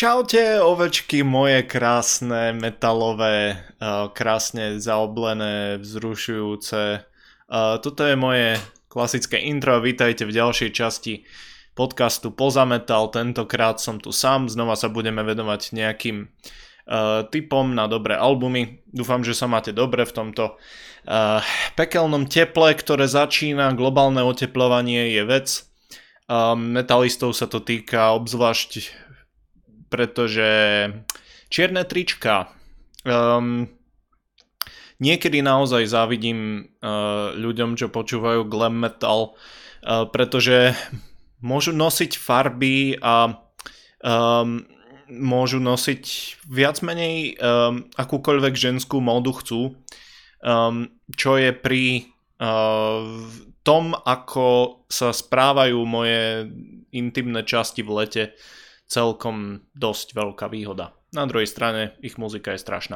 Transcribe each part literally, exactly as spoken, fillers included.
Čaute, ovečky moje krásne, metalové, uh, krásne zaoblené, vzrušujúce. Uh, toto je moje klasické intro, vítajte v ďalšej časti podcastu Poza Metal. Tentokrát som tu sám, znova sa budeme venovať nejakým uh, tipom na dobré albumy. Dúfam, že sa máte dobre v tomto uh, pekelnom teple, ktoré začína. Globálne oteplovanie je vec. Uh, metalistov sa to týka obzvlášť, pretože čierne trička. Um, niekedy naozaj závidím uh, ľuďom, čo počúvajú glam metal, uh, pretože môžu nosiť farby a um, môžu nosiť viac menej um, akúkoľvek ženskú módu chcú, um, čo je pri uh, tom, ako sa správajú moje intimné časti v lete, celkom dosť veľká výhoda. Na druhej strane ich muzika je strašná.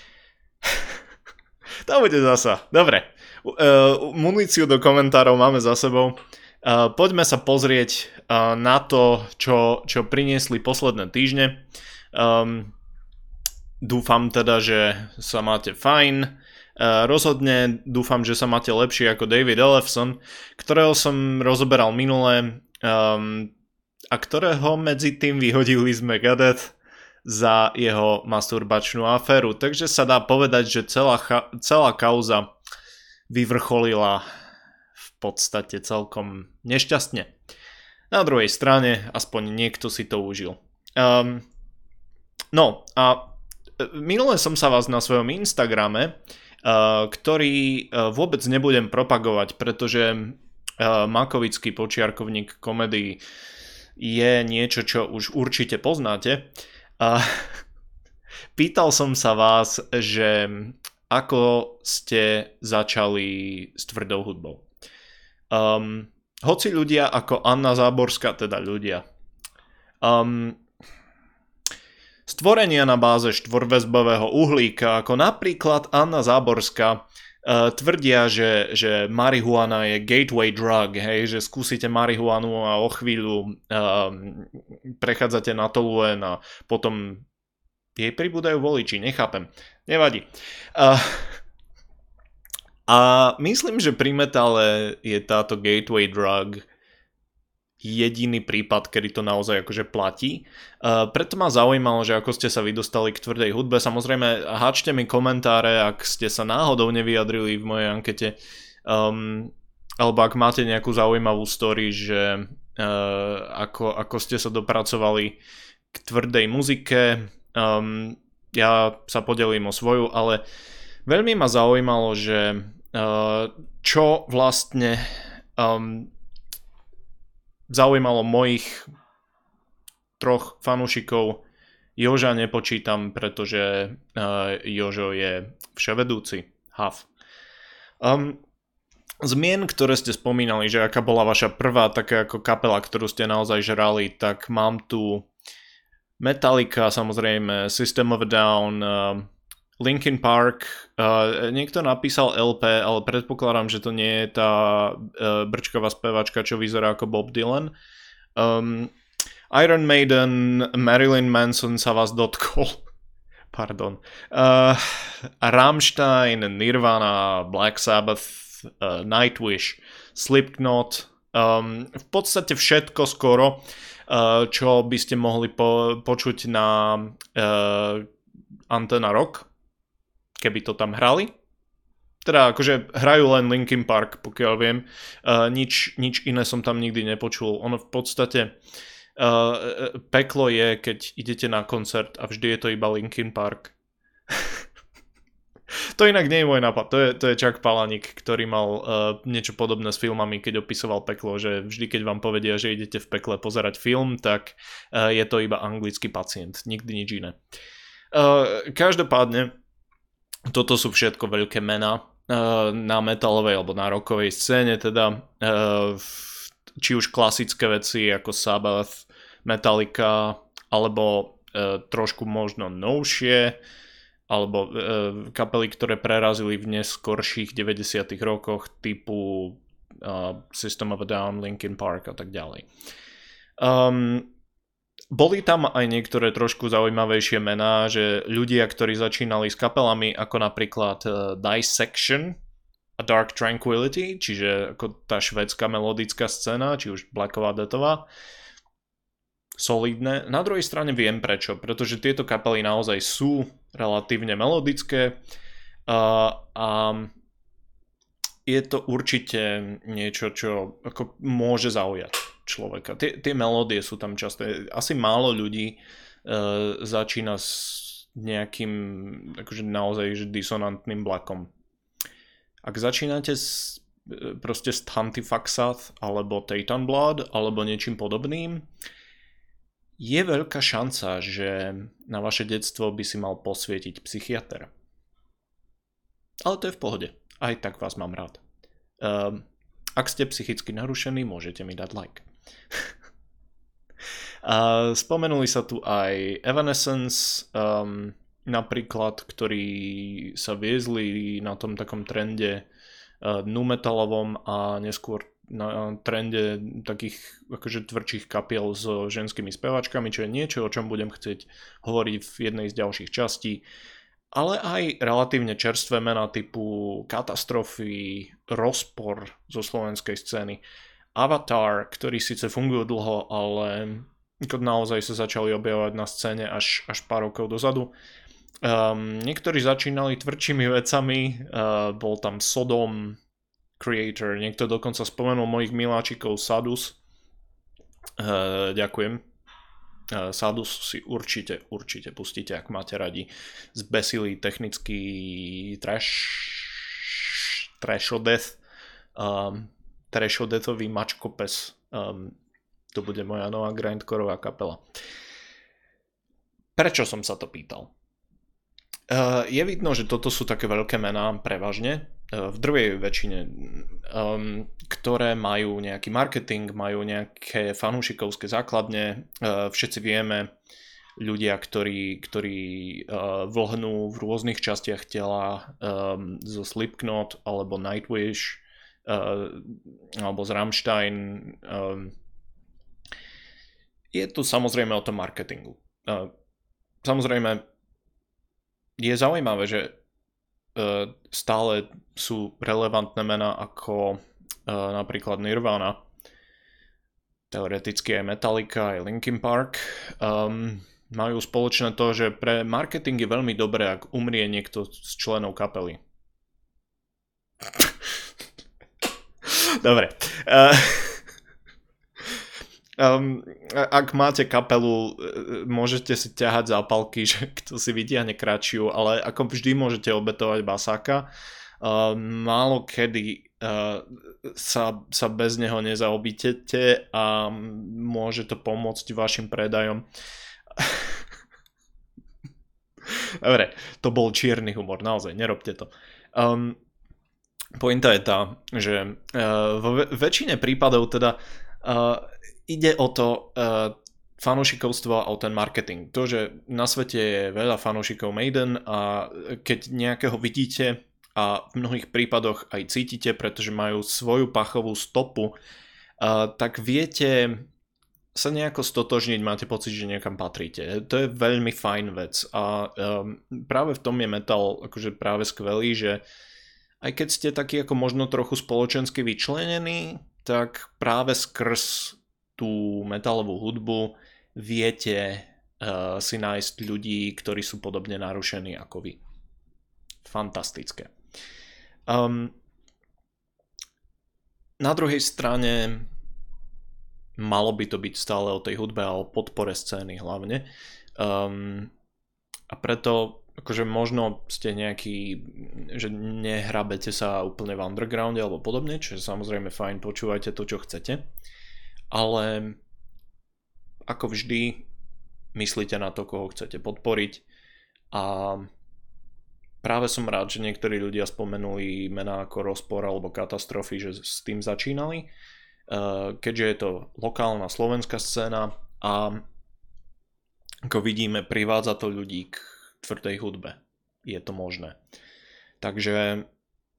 To bude zasa. Dobre. Uh, muníciu do komentárov máme za sebou. Uh, poďme sa pozrieť uh, na to, čo, čo priniesli posledné týždne. Um, dúfam teda, že sa máte fajn. Uh, rozhodne dúfam, že sa máte lepšie ako David Ellefson, ktorého som rozoberal minule. Um, a ktorého medzi tým vyhodili z Megadeth za jeho masturbačnú aféru. Takže sa dá povedať, že celá, celá kauza vyvrcholila v podstate celkom nešťastne. Na druhej strane aspoň niekto si to užil. Um, no a minule som sa vás na svojom Instagrame, uh, ktorý uh, vôbec nebudem propagovať, pretože uh, Makovický počiarkovník komédií je niečo, čo už určite poznáte. A pýtal som sa vás, že ako ste začali s tvrdou hudbou. Um, hoci ľudia ako Anna Záborská, teda ľudia, um, stvorenia na báze štvorväzbového uhlíka, ako napríklad Anna Záborská, Uh, tvrdia, že, že marihuana je gateway drug, hej, že skúsite marihuanu a o chvíľu uh, prechádzate na toluen a potom jej pribúdajú voliči, nechápem, nevadí. Uh, a myslím, že pri metale je táto gateway drug jediný prípad, kedy to naozaj akože platí. Uh, preto ma zaujímalo, že ako ste sa vy dostali k tvrdej hudbe. Samozrejme, háčte mi komentáre, ak ste sa náhodou nevyjadrili v mojej ankete, um, alebo ak máte nejakú zaujímavú story, že uh, ako, ako ste sa dopracovali k tvrdej muzike. Um, ja sa podelím o svoju, ale veľmi ma zaujímalo, že uh, čo vlastne um, zaujímalo mojich troch fanúšikov. Joža nepočítam, pretože uh, Jožo je vševedúci. Hav. Um, zmien, ktoré ste spomínali, že aká bola vaša prvá taká ako kapela, ktorú ste naozaj žrali, tak mám tu Metallica, samozrejme, System of a Down, uh, Linkin Park, uh, niekto napísal el pé, ale predpokladám, že to nie je tá uh, brčková spevačka, čo vyzerá ako Bob Dylan. Um, Iron Maiden, Marilyn Manson sa vás dotkol. Pardon. Uh, Rammstein, Nirvana, Black Sabbath, uh, Nightwish, Slipknot, um, v podstate všetko skoro, uh, čo by ste mohli po- počuť na uh, Antena Rock, keby to tam hrali. Teda akože hrajú len Linkin Park, pokiaľ viem. Uh, nič, nič iné som tam nikdy nepočul. Ono v podstate uh, peklo je, keď idete na koncert a vždy je to iba Linkin Park. To inak nie je môj nápad. To je, to je Chuck Palahniuk, ktorý mal uh, niečo podobné s filmami, keď opisoval peklo, že vždy, keď vám povedia, že idete v pekle pozerať film, tak uh, je to iba anglický pacient. Nikdy nič iné. Uh, každopádne toto sú všetko veľké mená uh, na metalovej alebo na rockovej scéne, teda uh, či už klasické veci ako Sabbath, Metallica, alebo uh, trošku možno novšie, alebo uh, kapely, ktoré prerazili v neskorších deväťdesiatych rokoch typu uh, System of a Down, Linkin Park a tak ďalej. Um, Boli tam aj niektoré trošku zaujímavejšie mená, že ľudia, ktorí začínali s kapelami ako napríklad uh, Dissection a Dark Tranquility, čiže ako tá švédska melodická scéna, či už blacková, deathová, solidné. Na druhej strane viem prečo, pretože tieto kapely naozaj sú relatívne melodické uh, a je to určite niečo, čo ako môže zaujať človeka. Tie, tie melódie sú tam často. Asi málo ľudí uh, začína s nejakým akože naozaj že disonantným blakom. Ak začínate s, proste s Antifaxath alebo Titan Blood alebo niečím podobným, je veľká šanca, že na vaše detstvo by si mal posvietiť psychiatr. Ale to je v pohode. Aj tak vás mám rád. Um, ak ste psychicky narušení, môžete mi dať like. uh, spomenuli sa tu aj Evanescence, um, napríklad, ktorí sa viezli na tom takom trende uh, nu metalovom a neskôr na trende takých akože tvrdších kapiel so ženskými speváčkami, čo je niečo, o čom budem chcieť hovoriť v jednej z ďalších častí. Ale aj relatívne čerstvé mená typu Katastrofy, Rozpor zo slovenskej scény, Avatar, ktorí síce fungujú dlho, ale naozaj sa začali objavovať na scéne až, až pár rokov dozadu. Um, niektorí začínali tvrdšími vecami, uh, bol tam Sodom, Creator, niekto dokonca spomenul mojich miláčikov Sadus. Uh, ďakujem. Uh, Sadus si určite, určite pustíte, ak máte radi zbesilý technický trash, trashodeath, um, trashodeathový mačkopes. Um, to bude moja nová grindcoreová kapela. Prečo som sa to pýtal? Uh, je vidno, že toto sú také veľké mená prevažne, uh, v drvej väčšine, um, ktoré majú nejaký marketing, majú nejaké fanúšikovské základne. Uh, všetci vieme, ľudia, ktorí, ktorí uh, vlhnú v rôznych častiach tela um, zo Slipknot alebo Nightwish uh, alebo z Rammstein. Um, je to samozrejme o tom marketingu. Uh, samozrejme je zaujímavé, že uh, stále sú relevantné mená ako uh, napríklad Nirvana, teoreticky aj Metallica, aj Linkin Park. Um, majú spoločné to, že pre marketing je veľmi dobré, ak umrie niekto z členov kapely. Dobre. Uh, Um, ak máte kapelu, môžete si ťahať zápalky, že kto si vytiahne kratšiu, ale ako vždy môžete obetovať basáka. Uh, málo kedy uh, sa, sa bez neho nezaobítete a môže to pomôcť vašim predajom. Dobre, to bol čierny humor, naozaj, nerobte to. Um, pointa je tá, že uh, vo väčšine prípadov teda uh, ide o to uh, fanúšikovstvo a o ten marketing. To, že na svete je veľa fanúšikov Maiden a keď nejakého vidíte a v mnohých prípadoch aj cítite, pretože majú svoju pachovú stopu, uh, tak viete sa nejako stotožniť, máte pocit, že niekam patríte. To je veľmi fajn vec a um, práve v tom je metal akože práve skvelý, že aj keď ste takí ako možno trochu spoločensky vyčlenení, tak práve skrz tú metalovú hudbu viete uh, si nájsť ľudí, ktorí sú podobne narušení ako vy. Fantastické. Um, na druhej strane malo by to byť stále o tej hudbe a o podpore scény hlavne. Um, a preto akože možno ste nejaký, že nehrabete sa úplne v undergrounde alebo podobne, čo je samozrejme fajn, počúvajte to, čo chcete. Ale ako vždy myslíte na to, koho chcete podporiť a práve som rád, že niektorí ľudia spomenuli mená ako Rozpor alebo Katastrofy, že s tým začínali, keďže je to lokálna slovenská scéna a ako vidíme, privádza to ľudí k tvrdej hudbe. Je to možné. Takže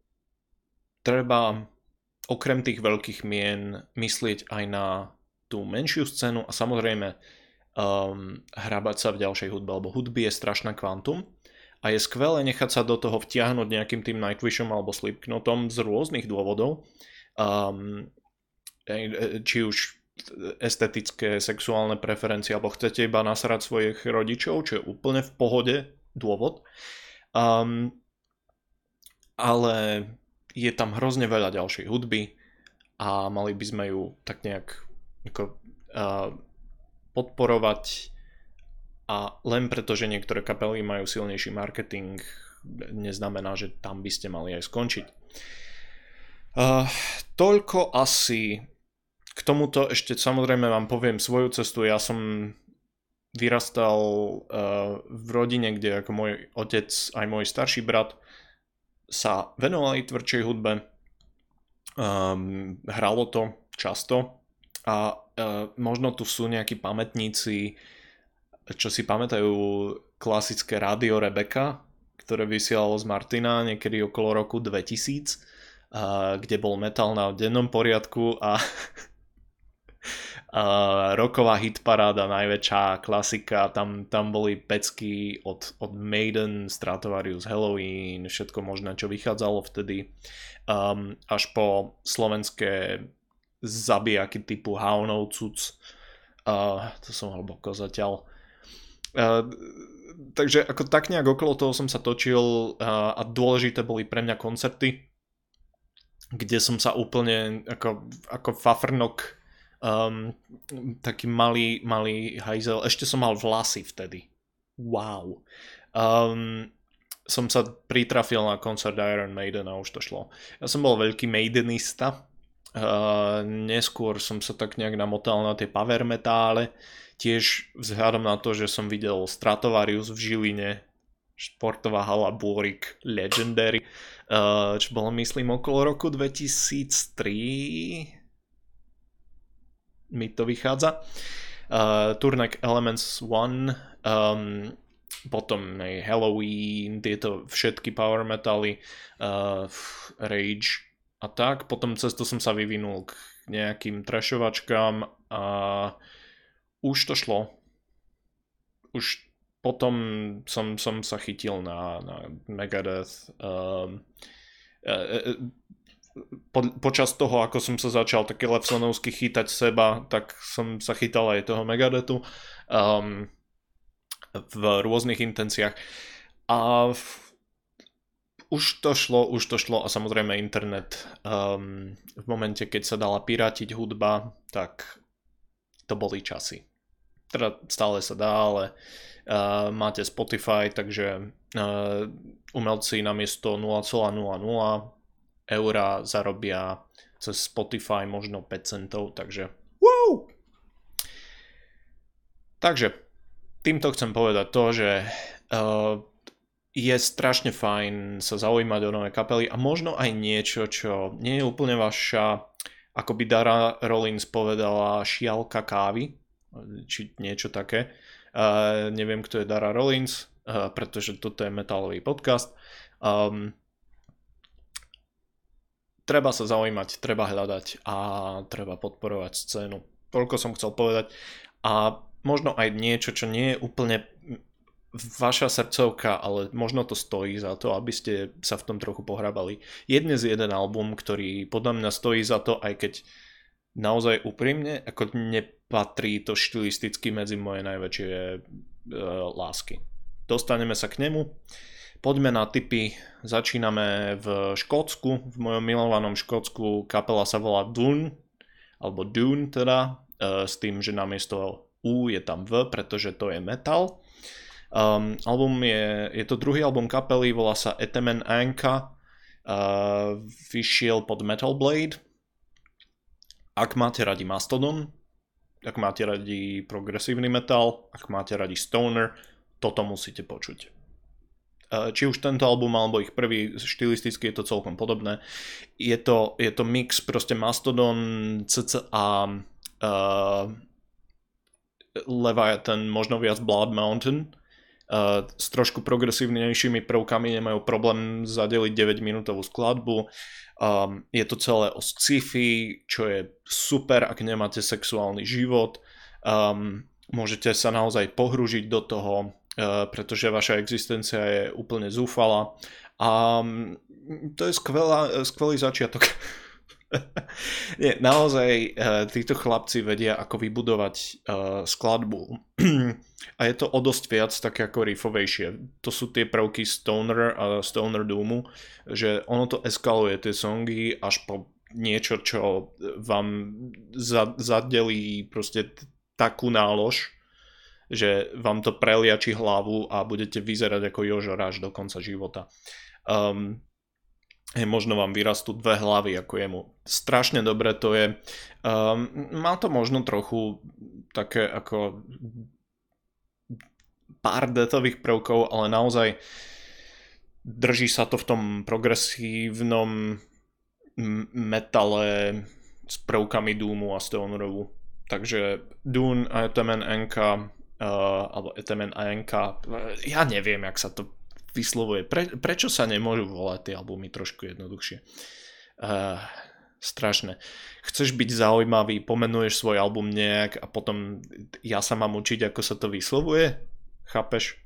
treba okrem tých veľkých mien myslieť aj na tú menšiu scénu a samozrejme um, hrabať sa v ďalšej hudbe, lebo hudby je strašné kvantum a je skvelé nechať sa do toho vtiahnuť nejakým tým Nightwishom alebo Slipknotom z rôznych dôvodov, um, či už estetické, sexuálne preferencie, alebo chcete iba nasrať svojich rodičov, čo je úplne v pohode dôvod. Um, ale je tam hrozne veľa ďalšej hudby a mali by sme ju tak nejak ako, uh, podporovať a len preto, že niektoré kapely majú silnejší marketing, neznamená, že tam by ste mali aj skončiť. Uh, toľko asi k tomuto. Ešte samozrejme vám poviem svoju cestu. Ja som vyrastal uh, v rodine, kde ako môj otec aj môj starší brat sa venovali tvrdšej hudbe. Um, hralo to často a uh, možno tu sú nejakí pamätníci, čo si pamätajú klasické rádio Rebeka, ktoré vysielalo z Martina niekedy okolo roku dvetisíc, uh, kde bol metal na dennom poriadku a Uh, rocková hitparáda, najväčšia klasika, tam, tam boli pecky od, od Maiden, Stratovarius, Halloween, všetko možné, čo vychádzalo vtedy, um, až po slovenské zabijaky typu Haunov, Cuc, uh, to som hlboko zatiaľ. Uh, takže ako tak nejak okolo toho som sa točil uh, a dôležité boli pre mňa koncerty, kde som sa úplne ako, ako fafrnok Um, taký malý, malý hajzel. Ešte som mal vlasy vtedy. Wow. Um, som sa pritrafil na koncert Iron Maiden a už to šlo. Ja som bol veľký Maidenista. Uh, neskôr som sa tak nejak namotal na tie power metále. Tiež vzhľadom na to, že som videl Stratovarius v Žiline, športová hala Búrik, Legendary, uh, čo bolo myslím okolo roku dvetisíctri, mi to vychádza. Uh, Turnek Elements one, um, potom aj Halloween, tieto všetky power metaly, uh, Rage a tak. Potom cez to som sa vyvinul k nejakým trashovačkám a už to šlo. Už potom som, som sa chytil na, na Megadeth. Um, uh, uh, Po, počas toho, ako som sa začal také Lefsonovsky chytať seba, tak som sa chytal aj toho Megadethu um, v rôznych intenciách. A v, už to šlo, už to šlo a samozrejme internet. Um, v momente, keď sa dala pirátiť hudba, tak to boli časy. Teda stále sa dá, ale uh, máte Spotify, takže uh, umelci namiesto nula celá nula nula eura zarobia cez Spotify možno päť centov, takže wow! Takže týmto chcem povedať to, že uh, je strašne fajn sa zaujímať o nové kapely a možno aj niečo, čo nie je úplne vaša, ako by Dara Rollins povedala, šialka kávy, či niečo také. Uh, neviem, kto je Dara Rollins, uh, pretože toto je metalový podcast. Um, Treba sa zaujímať, treba hľadať a treba podporovať scénu. Toľko som chcel povedať. A možno aj niečo, čo nie je úplne vaša srdcovka, ale možno to stojí za to, aby ste sa v tom trochu pohrabali. Je dnes jeden album, ktorý podľa mňa stojí za to, aj keď naozaj úprimne, ako nepatrí to štilisticky medzi moje najväčšie e, lásky. Dostaneme sa k nemu. Poďme na tipy. Začíname v Škótsku, v mojom milovanom Škótsku. Kapela sa volá Dune, alebo Dune teda, s tým, že namiesto U je tam V, pretože to je metal. Um, album je, je to druhý album kapely, volá sa Etemen Anka, uh, vyšiel pod Metal Blade. Ak máte radi Mastodon, ak máte radi progresívny metal, ak máte radi stoner, toto musíte počuť. Či už tento album alebo ich prvý, štilisticky je to celkom podobné. Je to, je to mix proste Mastodon, cca uh, Leviathan, možno viac Blood Mountain. Uh, s trošku progresívnejšími prvkami, nemajú problém zadeliť deväťminútovú skladbu. Um, je to celé o sci-fi, čo je super, ak nemáte sexuálny život. Um, môžete sa naozaj pohrúžiť do toho, pretože vaša existencia je úplne zúfala a to je skvelá, skvelý začiatok. Nie, naozaj títo chlapci vedia, ako vybudovať uh, skladbu a je to o dosť viac také ako riffovejšie. To sú tie prvky stoner a stoner doomu, že ono to eskaluje tie songy až po niečo, čo vám zadelí proste takú nálož, že vám to preliači hlavu a budete vyzerať ako Jožo Ráš do konca života. Um, možno vám vyrastú dve hlavy ako jemu. Strašne dobre to je. Um, má to možno trochu také ako pár detových prvkov, ale naozaj drží sa to v tom progresívnom metale s prvkami doomu a stonerovu. Takže Dune a Etemen Enka Uh, alebo Etemen Enka, ja neviem, jak sa to vyslovuje. Pre, prečo sa nemôžu volať tie albumy trošku jednoduchšie? Uh, strašné. Chceš byť zaujímavý, pomenuješ svoj album nejak a potom ja sa mám učiť, ako sa to vyslovuje? Chápeš?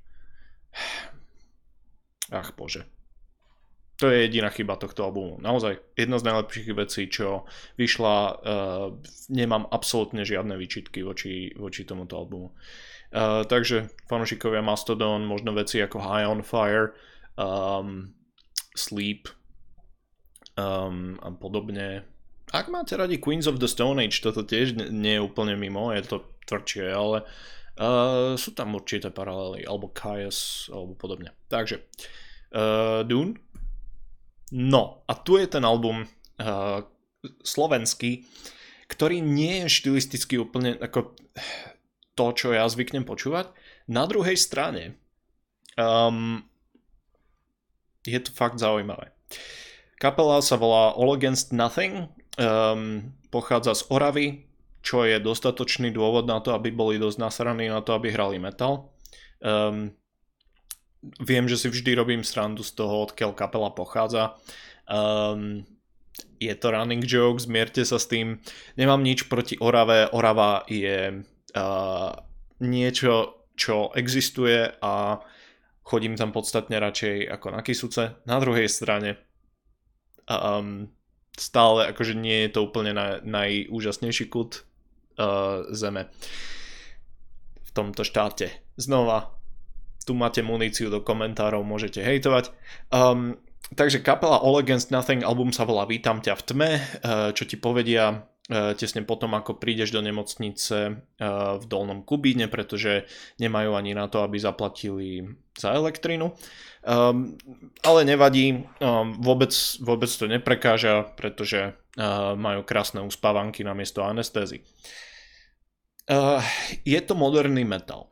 Ach bože. To je jediná chyba tohto albumu. Naozaj, jedna z najlepších vecí, čo vyšla, uh, nemám absolútne žiadne výčitky voči, voči tomuto albumu. Uh, takže fanúšikovia Mastodon, možno veci ako High on Fire, um, Sleep um, a podobne. Ak máte radi Queens of the Stone Age, toto tiež nie je úplne mimo, je to tvrdšie, ale uh, sú tam určité paralely, alebo Caius, alebo podobne. Takže, uh, Dune. No, a tu je ten album uh, slovenský, ktorý nie je štilisticky úplne ako to, čo ja zvyknem počúvať. Na druhej strane um, je to fakt zaujímavé. Kapela sa volá All Against Nothing, um, pochádza z Oravy, čo je dostatočný dôvod na to, aby boli dosť nasraní na to, aby hrali metal. Um, viem, že si vždy robím srandu z toho, odkiaľ kapela pochádza. Um, je to running joke, zmierte sa s tým. Nemám nič proti Orave. Orava je Uh, niečo, čo existuje a chodím tam podstatne radšej ako na Kysuce. Na druhej strane um, stále akože nie je to úplne naj, najúžasnejší kút uh, zeme v tomto štáte. Znova, tu máte muníciu do komentárov, môžete hejtovať. Um, takže kapela All Against Nothing, album sa volá Vítam ťa v tme, uh, čo ti povedia tesne potom, ako prídeš do nemocnice v Dolnom Kubíne, pretože nemajú ani na to, aby zaplatili za elektrinu. Um, ale nevadí, um, vôbec, vôbec to neprekáža, pretože uh, majú krásne uspávanky namiesto anestézy. Uh, je to moderný metal,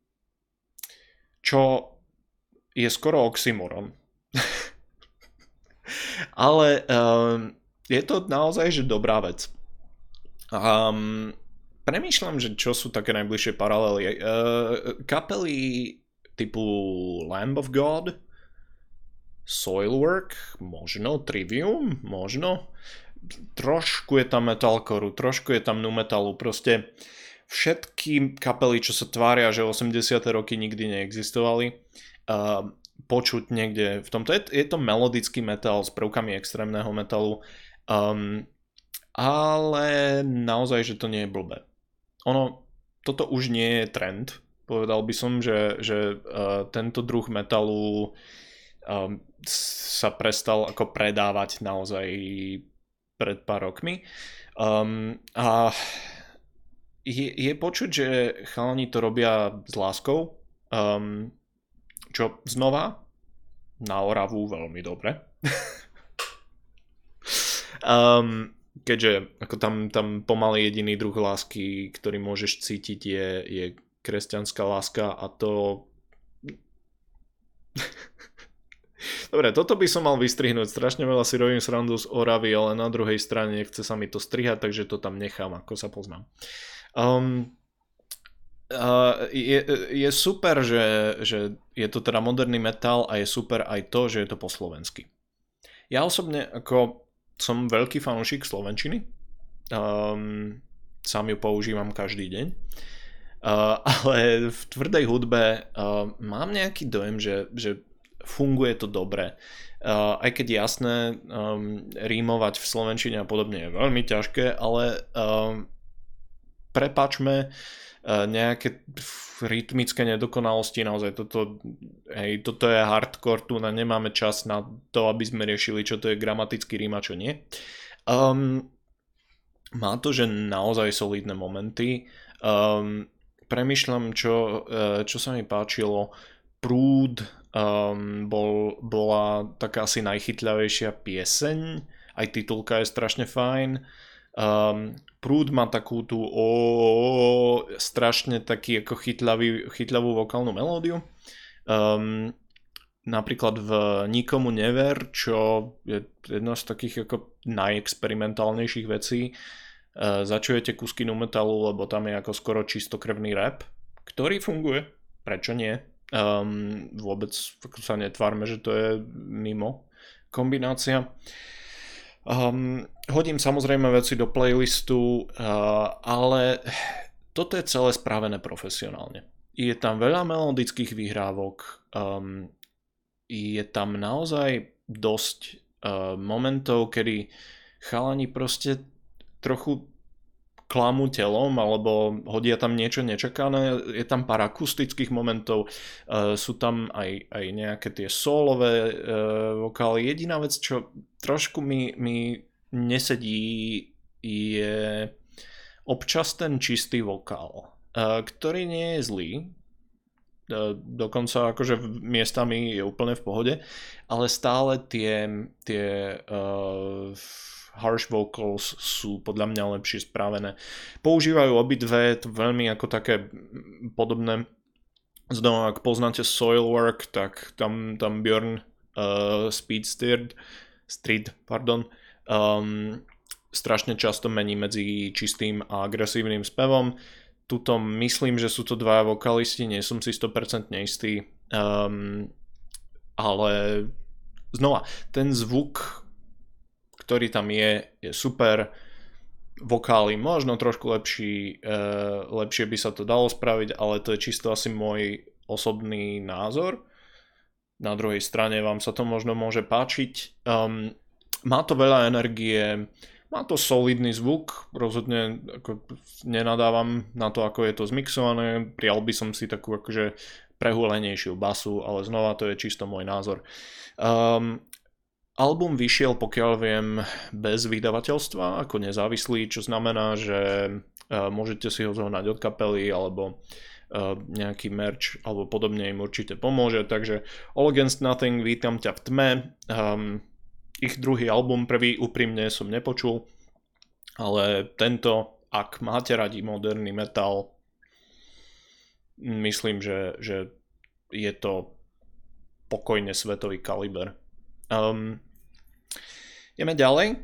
čo je skoro oxymoron. Ale um, je to naozaj že dobrá vec. Um, premýšľam, že čo sú také najbližšie paralely. Uh, kapely typu Lamb of God, Soilwork, možno, Trivium, možno. Trošku je tam metalcore, trošku je tam nu metalu, proste všetky kapely, čo sa tvária, že osemdesiate roky nikdy neexistovali, uh, počuť niekde v tomto. Je, je to melodický metal s prvkami extrémneho metalu. Um, Ale naozaj, že to nie je blbé. Ono, toto už nie je trend. Povedal by som, že, že uh, tento druh metalu um, sa prestal ako predávať naozaj pred pár rokmi. Um, a je, je počuť, že chalani to robia s láskou, um, čo znova na Oravu veľmi dobre. um, Keďže ako tam, tam pomaly jediný druh lásky, ktorý môžeš cítiť, je, je kresťanská láska a to... Dobre, toto by som mal vystrihnúť. Strašne veľa si robím srandu z Oravy, ale na druhej strane nechce sa mi to strihať, takže to tam nechám, ako sa poznám. Um, uh, je, je super, že, že je to teda moderný metal a je super aj to, že je to po slovensky. Ja osobne ako... som veľký fanúšik slovenčiny. Um, sám ju používam každý deň. Uh, ale v tvrdej hudbe uh, mám nejaký dojem, že, že funguje to dobre. Uh, aj keď jasné, um, rímovať v slovenčine a podobne je veľmi ťažké, ale um, prepáčme uh, nejaké rytmické nedokonalosti, naozaj toto, hej, toto je hardcore, tu na nemáme čas na to, aby sme riešili, čo to je gramatický rím a čo nie. Um, má to, že naozaj solidné momenty. Um, premýšľam, čo, čo sa mi páčilo. Prúd um, bol, bola taká asi najchytľavejšia pieseň, aj titulka je strašne fajn. Um, Prúd má takú tú o, strašne taký ako chytľavý, chytľavú vokálnu melódiu. Um, napríklad v Nikomu never, čo je jedna z takých ako najexperimentálnejších vecí. Uh, začujete kúsky nu metalu, lebo tam je ako skoro čistokrvný rap, ktorý funguje. Prečo nie? Um, vôbec sa netvárme, že to je mimo kombinácia. Um, hodím samozrejme veci do playlistu, uh, ale toto je celé spravené profesionálne. Je tam veľa melodických vyhrávok, um, je tam naozaj dosť uh, momentov, kedy chalani proste trochu klamú telom alebo hodia tam niečo nečakané, je tam pár akustických momentov, uh, sú tam aj, aj nejaké tie solové uh, vokály. Jediná vec, čo trošku mi, mi nesedí, je občas ten čistý vokál, uh, ktorý nie je zlý, uh, dokonca akože miestami je úplne v pohode, ale stále tie, tie uh, harsh vocals sú podľa mňa lepšie spravené. Používajú obidve, to veľmi ako také podobné. Znova, ak poznáte Soilwork, tak tam, tam Björn uh, Speedsteer, Street, pardon, um, strašne často mení medzi čistým a agresívnym spevom. Tuto myslím, že sú to dva vokalisti, nie som si sto percent istý, um, ale znova, ten zvuk, ktorý tam je, je super. Vokály možno trošku lepší, e, lepšie by sa to dalo spraviť, ale to je čisto asi môj osobný názor. Na druhej strane vám sa to možno môže páčiť. Um, má to veľa energie, má to solidný zvuk, rozhodne ako, nenadávam na to, ako je to zmixované. Prijal by som si takú akože prehulenejšiu basu, ale znova to je čisto môj názor. Um, Album vyšiel, pokiaľ viem, bez vydavateľstva, ako nezávislý, čo znamená, že uh, môžete si ho zohnať od kapely, alebo uh, nejaký merch, alebo podobne im určite pomôže. Takže All Against Nothing, vítam ťa v tme. Um, ich druhý album, prvý úprimne som nepočul, ale tento, ak máte radi moderný metal, myslím, že, že je to pokojne svetový kaliber. Um, ideme ďalej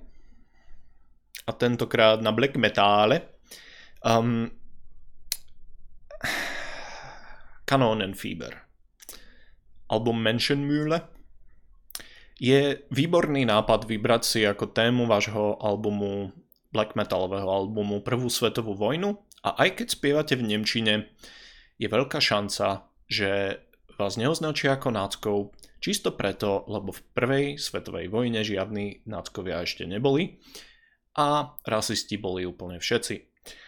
a tentokrát na black metále. um, Kanonenfieber, album Menschenmühle. Je výborný nápad vybrať si ako tému vášho albumu, black metalového albumu, prvú svetovú vojnu, a aj keď spievate v nemčine, je veľká šanca, že vás neoznačia ako náckov, čisto preto, lebo v prvej svetovej vojne žiadni náckovia ešte neboli a rasisti boli úplne všetci.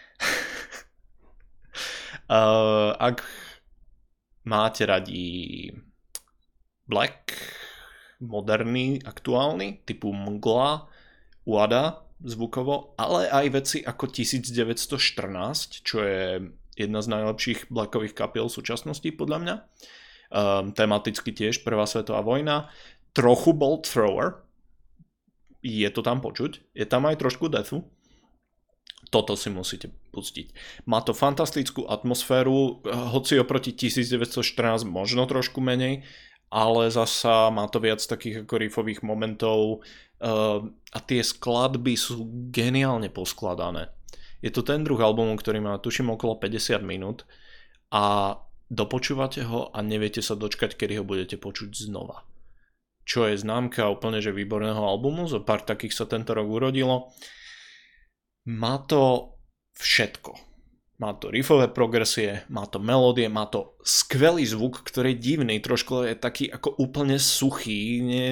uh, ak máte radi black, moderný, aktuálny, typu Mgla, Uada, zvukovo, ale aj veci ako devätnásťstoštrnásť, čo je jedna z najlepších blackových kapiel v súčasnosti podľa mňa. Um, tematicky tiež prvá svetová vojna, trochu Bolt Thrower, je to tam počuť, je tam aj trošku deathu, toto si musíte pustiť. Má to fantastickú atmosféru, hoci oproti devätnásťstoštrnásť možno trošku menej, ale zasa má to viac takých ako riffových momentov uh, a tie skladby sú geniálne poskladané. Je to ten druh albumu, ktorý má tuším okolo päťdesiat minút a dopočúvate ho a neviete sa dočkať, kedy ho budete počuť znova. Čo je známka úplne že výborného albumu, zo pár takých sa tento rok urodilo. Má to všetko. má to riffové progresie, má to melódie, má to skvelý zvuk, ktorý je divný, trošku je taký ako úplne suchý, nie,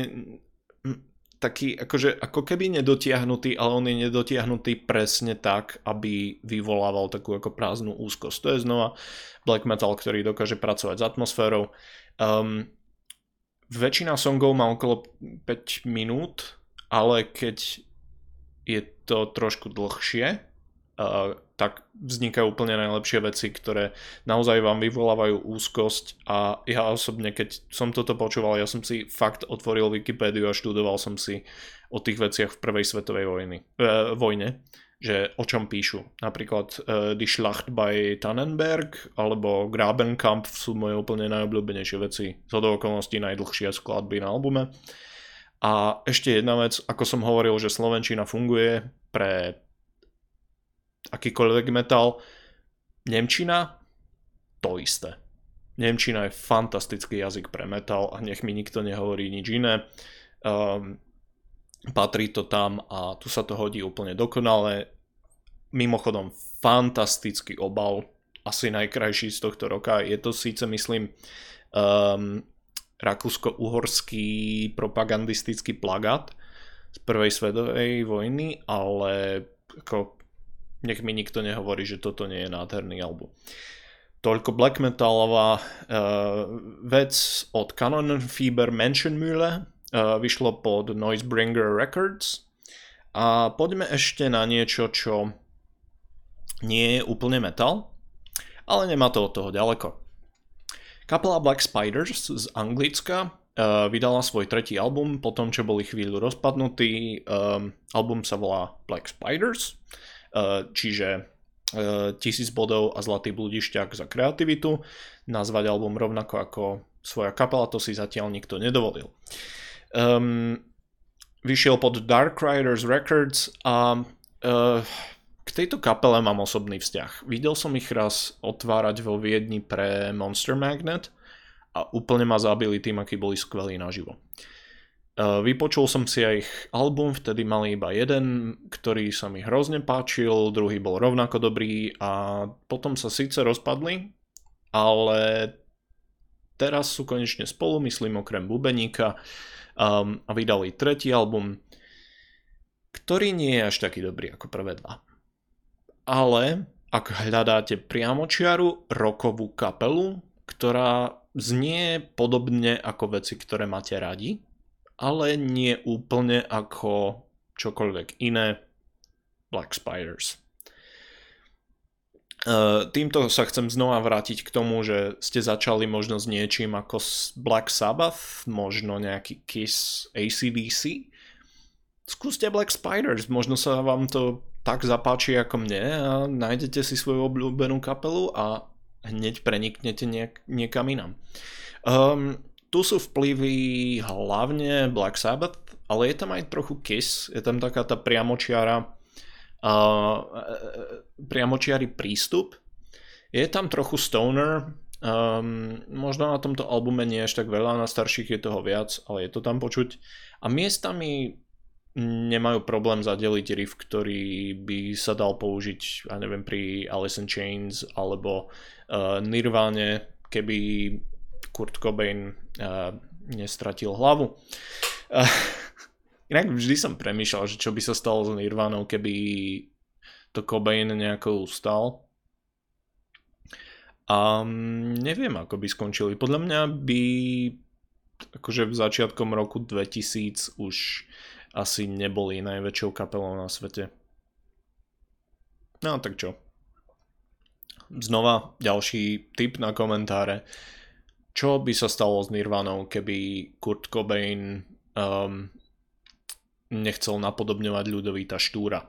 taký akože ako keby nedotiahnutý, ale on je nedotiahnutý presne tak, aby vyvolával takú ako prázdnu úzkosť. To je znova black metal, ktorý dokáže pracovať s atmosférou. Um, väčšina songov má okolo päť minút, ale keď je to trošku dlhšie, uh, tak vznikajú úplne najlepšie veci, ktoré naozaj vám vyvolávajú úzkosť a ja osobne, keď som toto počúval, ja som si fakt otvoril Wikipédiu a študoval som si o tých veciach v prvej svetovej vojny, uh, vojne, že o čom píšu. Napríklad uh, Die Schlacht bei Tannenberg alebo Grabenkampf sú moje úplne najobľúbenejšie veci. Z hodou okolností najdlhšie skladby na albume. A ešte jedna vec, ako som hovoril, že slovenčina funguje pre akýkoľvek metal, nemčina, to isté. Nemčina je fantastický jazyk pre metal a nech mi nikto nehovorí nič iné. Um, patrí to tam a tu sa to hodí úplne dokonale. Mimochodom, fantastický obal, asi najkrajší z tohto roka. Je to síce, myslím, um, rakúsko-uhorský propagandistický plagát z prvej svetovej vojny, ale ako nech mi nikto nehovorí, že toto nie je nádherný album. Toľko black metalová uh, vec od Kanonenfieber Menschenmühle, uh, vyšlo pod Noisebringer Records. A poďme ešte na niečo, čo nie je úplne metal, ale nemá to od toho ďaleko. Kapela Black Spiders z Anglicka uh, vydala svoj tretí album po tom, čo boli chvíľu rozpadnutí. Um, album sa volá Black Spiders, uh, čiže uh, tisíc bodov a zlatý bludišťak za kreativitu. Nazvať album rovnako ako svoja kapela, to si zatiaľ nikto nedovolil. Um, vyšiel pod Dark Riders Records a uh, k tejto kapele mám osobný vzťah. Videl som ich raz otvárať vo Viedni pre Monster Magnet a úplne ma zabili tým, akí boli skvelí naživo. Uh, vypočul som si aj ich album, vtedy mali iba jeden, ktorý sa mi hrozne páčil, druhý bol rovnako dobrý a potom sa síce rozpadli, ale teraz sú konečne spolu, myslím okrem bubeníka, um, a vydali tretí album, ktorý nie je až taký dobrý ako prvé dva. Ale ak hľadáte priamočiaru rockovú kapelu, ktorá znie podobne ako veci, ktoré máte radi, ale nie úplne ako čokoľvek iné, Black Spiders. Uh, týmto sa chcem znova vrátiť k tomu, že ste začali možno s niečím ako Black Sabbath, možno nejaký Kiss, á cé dé cé. Skúste Black Spiders, možno sa vám to tak zapáči ako mne a nájdete si svoju obľúbenú kapelu a hneď preniknete niek- niekam inam. Um, tu sú vplyvy hlavne Black Sabbath, ale je tam aj trochu Kiss, je tam taká tá priamočiara, uh, priamočiary prístup. Je tam trochu stoner, um, možno na tomto albume nie až tak veľa, na starších je toho viac, ale je to tam počuť. A miestami nemajú problém zadeliť riff, ktorý by sa dal použiť, ja neviem, pri Alice in Chains alebo uh, Nirvane, keby Kurt Cobain uh, nestratil hlavu. Uh, inak vždy som premýšľal, že čo by sa stalo s Nirvanou, keby to Cobain nejako ustal. A um, neviem, ako by skončili. Podľa mňa by akože v začiatkom roku dvetisíc už asi neboli najväčšou kapelou na svete. No tak čo. Znova ďalší tip na komentáre. Čo by sa stalo s Nirvanou, keby Kurt Cobain um, nechcel napodobňovať Ľudovíta Štúra?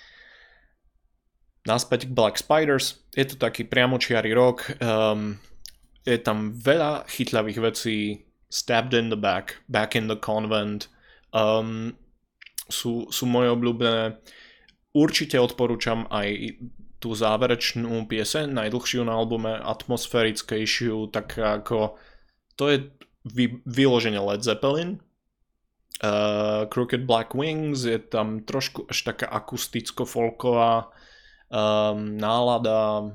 Naspäť k Black Spiders. Je to taký priamočiary rock. Um, je tam veľa chytľavých vecí. Stabbed in the back, Back in the Convent. Um, Sú, sú moje obľúbené. Určite odporúčam aj tú záverečnú pieseň, najdlhšiu na albume, atmosférickejšiu, tak ako to je vy, vyloženie Led Zeppelin. Uh, Crooked Black Wings je tam trošku až taká akusticko-folková um, nálada.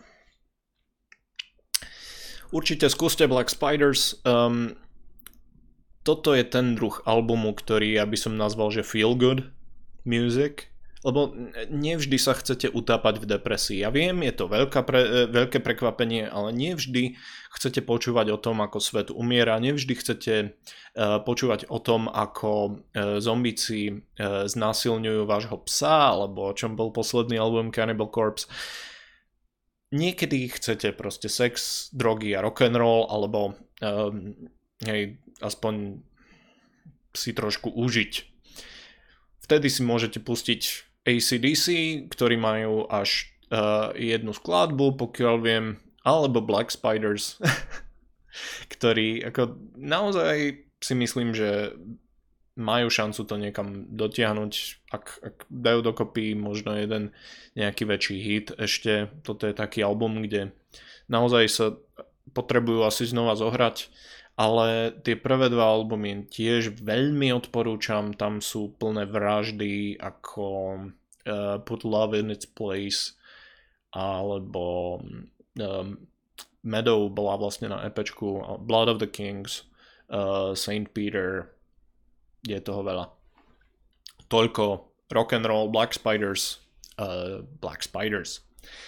Určite skúste Black Spiders. Um, toto je ten druh albumu, ktorý ja by som nazval, že feel good music. Lebo nevždy sa chcete utápať v depresii. Ja viem, je to veľká pre, veľké prekvapenie, ale nevždy chcete počúvať o tom, ako svet umiera, nevždy chcete uh, počúvať o tom, ako uh, zombíci uh, znásilňujú vášho psa, alebo o čom bol posledný album Cannibal Corpse. Niekedy chcete proste sex, drogy a rock'n'roll, alebo um, hej, aspoň si trošku užiť. Vtedy si môžete pustiť á cé dé cé, ktorí majú až uh, jednu skladbu, pokiaľ viem, alebo Black Spiders, ktorí ako naozaj si myslím, že majú šancu to niekam dotiahnuť, ak, ak dajú dokopy možno jeden nejaký väčší hit ešte. Toto je taký album, kde naozaj sa potrebujú asi znova zohrať, ale tie prvé dva albumy tiež veľmi odporúčam, tam sú plné vraždy ako uh, Put Love in Its Place, alebo um, Meadow bola vlastne na EPčku, Blood of the Kings, uh, Saint Peter, je toho veľa. Toľko rock'n'roll, Black Spiders, uh, Black Spiders.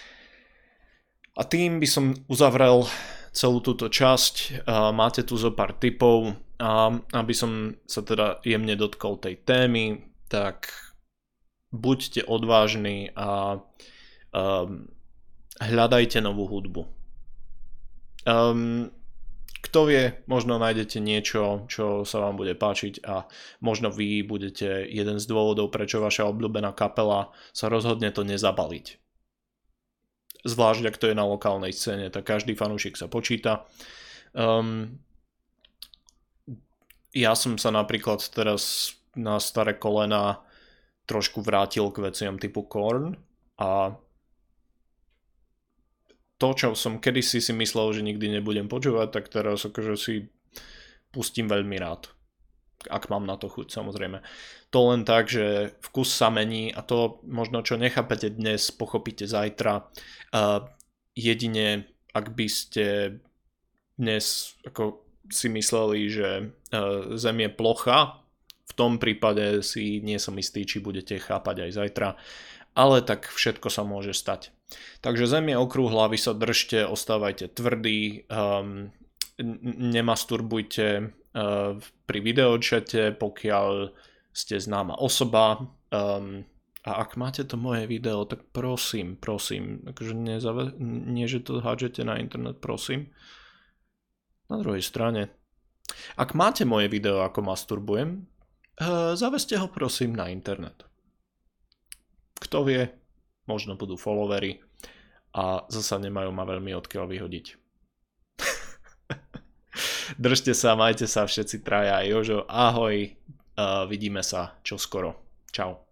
A tým by som uzavrel celú túto časť. Uh, máte tu zo pár tipov. A aby som sa teda jemne dotkol tej témy, tak buďte odvážni a um, hľadajte novú hudbu. Um, kto vie, možno nájdete niečo, čo sa vám bude páčiť a možno vy budete jeden z dôvodov, prečo vaša obľúbená kapela sa rozhodne to nezabaliť. Zvlášť, ak to je na lokálnej scéne, tak každý fanúšik sa počíta. Um, ja som sa napríklad teraz na staré kolena trošku vrátil k veciam typu Korn a to, čo som kedysi si myslel, že nikdy nebudem počúvať, tak teraz akože si pustím veľmi rád. Ak mám na to chuť, samozrejme. To len tak, že vkus sa mení a to možno, čo nechápete dnes, pochopíte zajtra. Uh, jedine, ak by ste dnes ako si mysleli, že uh, Zem je plocha, v tom prípade si nie som istý, či budete chápať aj zajtra, ale tak všetko sa môže stať. Takže Zem je okrúhla, vy sa držte, ostávajte tvrdí, um, nemasturbujte uh, pri videočate, pokiaľ ste známa osoba. Um, a ak máte to moje video, tak prosím, prosím, akože nezave- nie, že to hádžete na internet, prosím. Na druhej strane, ak máte moje video, ako masturbujem, uh, zaveste ho prosím na internet. Kto vie, možno budú followery a zasa nemajú ma veľmi odkiaľ vyhodiť. Držte sa, majte sa všetci traja. Jožo, ahoj, uh, vidíme sa čoskoro. Čau.